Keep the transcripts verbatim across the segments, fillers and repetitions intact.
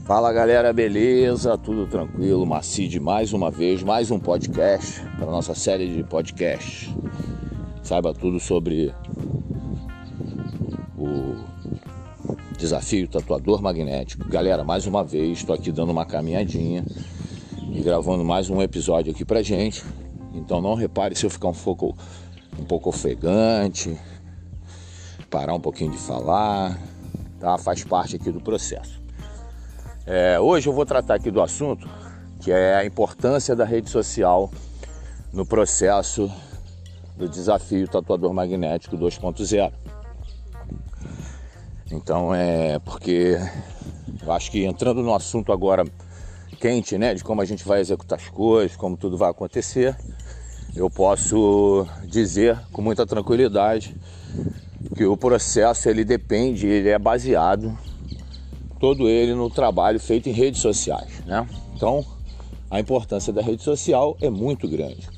Fala galera, beleza? Tudo tranquilo? Macide mais uma vez, mais um podcast para nossa série de podcasts. Saiba tudo sobre o desafio tatuador magnético. Galera, mais uma vez estou aqui dando uma caminhadinha e gravando mais um episódio aqui pra gente. Então não repare se eu ficar um pouco, um pouco ofegante, parar um pouquinho de falar, tá? Faz parte aqui do processo. É, hoje eu vou tratar aqui do assunto que é a importância da rede social no processo do desafio tatuador magnético dois ponto zero. Então é porque eu acho que entrando no assunto agora quente, né, de como a gente vai executar as coisas, como tudo vai acontecer, eu posso dizer com muita tranquilidade que o processo ele depende, ele é baseado todo ele no trabalho feito em redes sociais, né? Então, a importância da rede social é muito grande.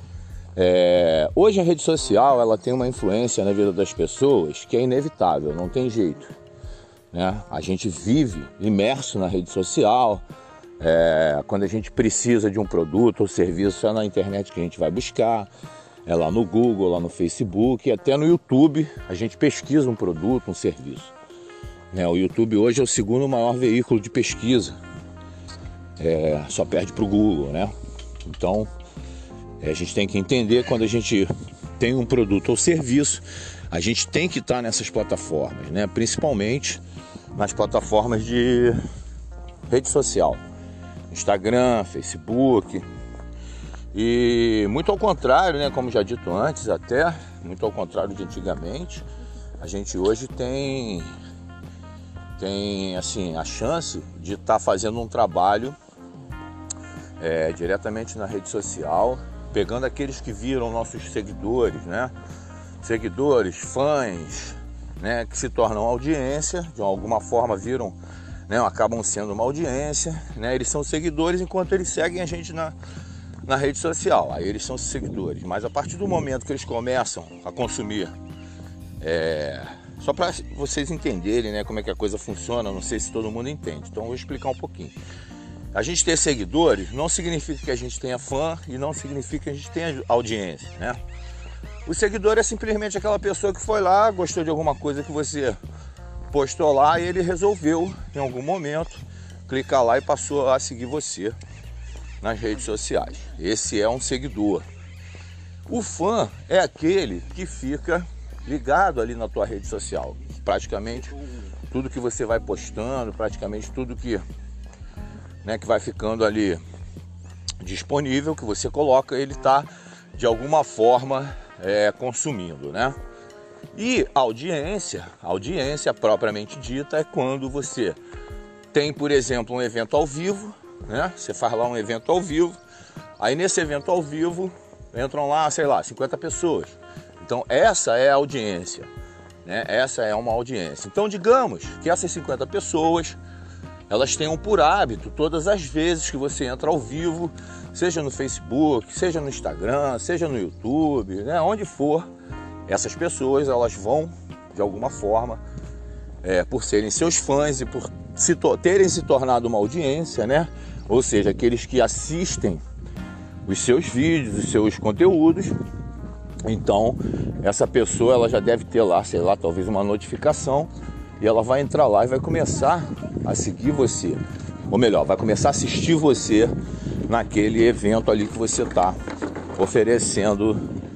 É, hoje a rede social ela tem uma influência na vida das pessoas que é inevitável, não tem jeito, né? A gente vive imerso na rede social. É, quando a gente precisa de um produto ou serviço, é na internet que a gente vai buscar, é lá no Google, lá no Facebook, e até no YouTube a gente pesquisa um produto, um serviço. É, o YouTube hoje é o segundo maior veículo de pesquisa, é, só perde para o Google, né? Então, é, a gente tem que entender quando a gente tem um produto ou serviço, a gente tem que estar nessas plataformas, né? Principalmente nas plataformas de rede social, Instagram, Facebook, e muito ao contrário, né? Como já dito antes até, muito ao contrário de antigamente, a gente hoje tem... tem assim, a chance de estar tá fazendo um trabalho é, diretamente na rede social, pegando aqueles que viram nossos seguidores, né? Seguidores, fãs, né? Que se tornam audiência, de alguma forma viram, né? Acabam sendo uma audiência, né? Eles são seguidores enquanto eles seguem a gente na, na rede social, aí eles são seguidores. Mas a partir do momento que eles começam a consumir, é, só para vocês entenderem, né, como é que a coisa funciona, não sei se todo mundo entende, então eu vou explicar um pouquinho. A gente ter seguidores não significa que a gente tenha fã e não significa que a gente tenha audiência, né? O seguidor é simplesmente aquela pessoa que foi lá, gostou de alguma coisa que você postou lá e ele resolveu, em algum momento, clicar lá e passou a seguir você nas redes sociais. Esse é um seguidor. O fã é aquele que fica ligado ali na tua rede social, praticamente tudo que você vai postando, praticamente tudo que, né, que vai ficando ali disponível, que você coloca, ele está de alguma forma é, consumindo, né? E a audiência, a audiência propriamente dita é quando você tem, por exemplo, um evento ao vivo, né? Você faz lá um evento ao vivo, aí nesse evento ao vivo entram lá, sei lá, cinquenta pessoas. Então essa é a audiência, né? Essa é uma audiência. Então digamos que essas cinquenta pessoas, elas tenham por hábito, todas as vezes que você entra ao vivo, seja no Facebook, seja no Instagram, seja no YouTube, né? Onde for, essas pessoas elas vão, de alguma forma, é, por serem seus fãs e por se to- terem se tornado uma audiência, né? Ou seja, aqueles que assistem os seus vídeos, os seus conteúdos. Então, essa pessoa ela já deve ter lá, sei lá, talvez uma notificação e ela vai entrar lá e vai começar a seguir você. Ou melhor, vai começar a assistir você naquele evento ali que você está oferecendo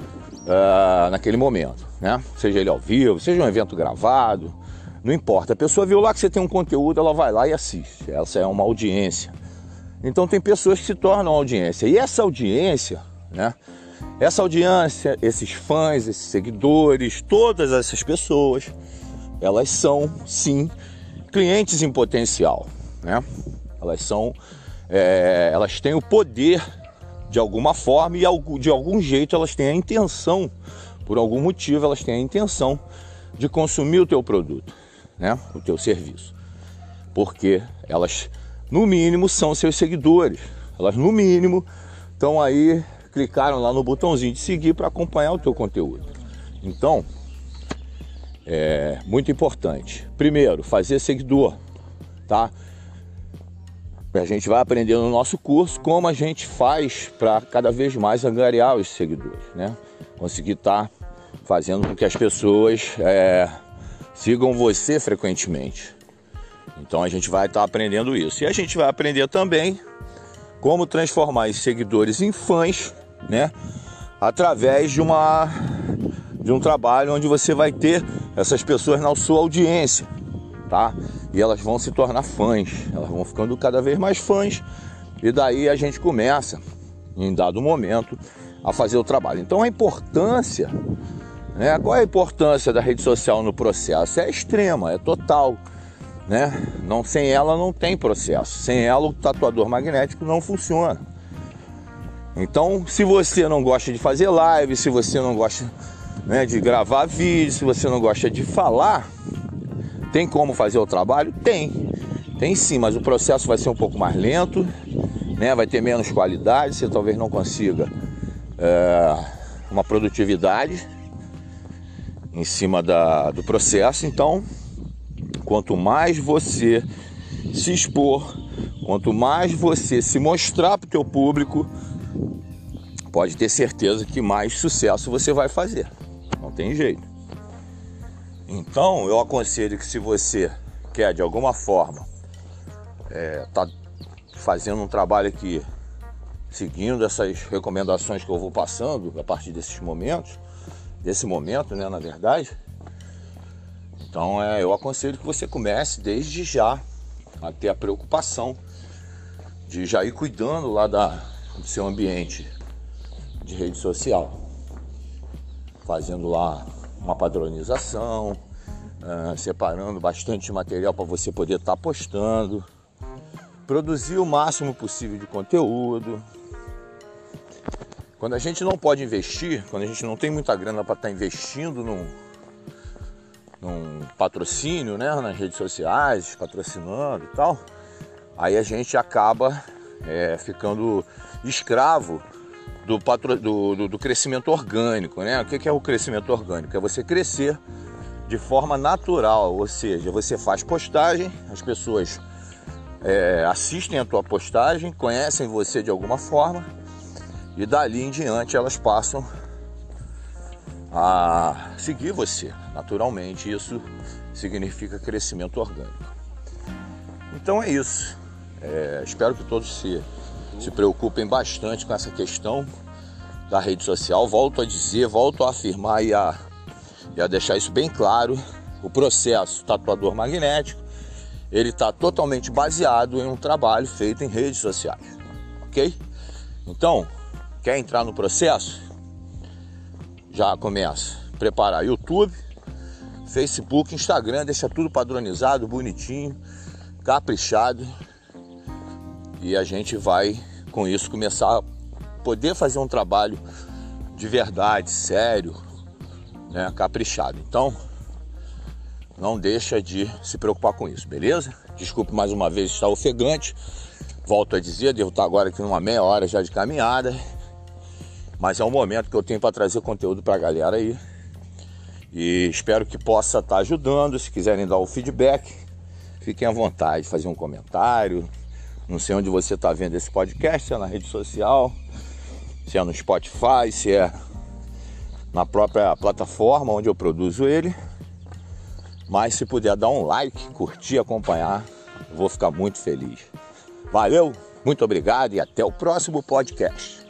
uh, naquele momento, né? Seja ele ao vivo, seja um evento gravado, não importa. A pessoa viu lá que você tem um conteúdo, ela vai lá e assiste. Essa é uma audiência. Então, tem pessoas que se tornam audiência. E essa audiência, né? Essa audiência, esses fãs, esses seguidores, todas essas pessoas, elas são, sim, clientes em potencial, né? Elas são, é, elas têm o poder, de alguma forma, e de algum jeito elas têm a intenção, por algum motivo, elas têm a intenção de consumir o teu produto, né? O teu serviço. Porque elas, no mínimo, são seus seguidores. Elas, no mínimo, estão aí... clicaram lá no botãozinho de seguir para acompanhar o teu conteúdo. Então, é muito importante. Primeiro, fazer seguidor, tá? A gente vai aprender no nosso curso como a gente faz para cada vez mais angariar os seguidores, né? Conseguir estar fazendo com que as pessoas é, sigam você frequentemente. Então a gente vai estar aprendendo isso. E a gente vai aprender também como transformar os seguidores em fãs, né? Através de, uma, de um trabalho onde você vai ter essas pessoas na sua audiência, tá? E elas vão se tornar fãs, elas vão ficando cada vez mais fãs. E daí a gente começa, em dado momento, a fazer o trabalho. Então a importância, né? Qual é a importância da rede social no processo? É extrema, é total, né? Não, sem ela não tem processo. Sem ela o tatuador magnético não funciona. Então, se você não gosta de fazer live, se você não gosta, né, de gravar vídeo, se você não gosta de falar, tem como fazer o trabalho? Tem. Tem sim, mas o processo vai ser um pouco mais lento, né? Vai ter menos qualidade, você talvez não consiga é, uma produtividade em cima da, do processo. Então, quanto mais você se expor, quanto mais você se mostrar para o teu público, pode ter certeza que mais sucesso você vai fazer. Não tem jeito. Então, eu aconselho que se você quer, de alguma forma, é, tá fazendo um trabalho aqui, seguindo essas recomendações que eu vou passando a partir desses momentos, desse momento, né, na verdade, então é, eu aconselho que você comece desde já a ter a preocupação de já ir cuidando lá da, do seu ambiente de rede social, fazendo lá uma padronização, uh, separando bastante material para você poder estar tá postando, produzir o máximo possível de conteúdo. Quando a gente não pode investir, quando a gente não tem muita grana para estar tá investindo num, num patrocínio, né, nas redes sociais, patrocinando e tal, aí a gente acaba é, ficando escravo Do, patro... do, do, do crescimento orgânico, né? O que é o crescimento orgânico? É você crescer de forma natural, ou seja, você faz postagem, as pessoas é, assistem a tua postagem, conhecem você de alguma forma e dali em diante elas passam a seguir você. Naturalmente, isso significa crescimento orgânico. Então é isso. É, espero que todos se se preocupem bastante com essa questão da rede social. Volto a dizer, volto a afirmar e a, e a deixar isso bem claro. O processo tatuador magnético, ele está totalmente baseado em um trabalho feito em redes sociais, ok? Então, quer entrar no processo? Já começa a preparar YouTube, Facebook, Instagram, deixa tudo padronizado, bonitinho, caprichado. E a gente vai, com isso, começar a poder fazer um trabalho de verdade, sério, né, caprichado. Então, não deixa de se preocupar com isso, beleza? Desculpe mais uma vez estar ofegante. Volto a dizer, devo estar agora aqui numa meia hora já de caminhada. Mas é um momento que eu tenho para trazer conteúdo para a galera aí. E espero que possa estar ajudando. Se quiserem dar o feedback, fiquem à vontade de fazer um comentário. Não sei onde você está vendo esse podcast, se é na rede social, se é no Spotify, se é na própria plataforma onde eu produzo ele. Mas se puder dar um like, curtir, acompanhar, eu vou ficar muito feliz. Valeu, muito obrigado e até o próximo podcast.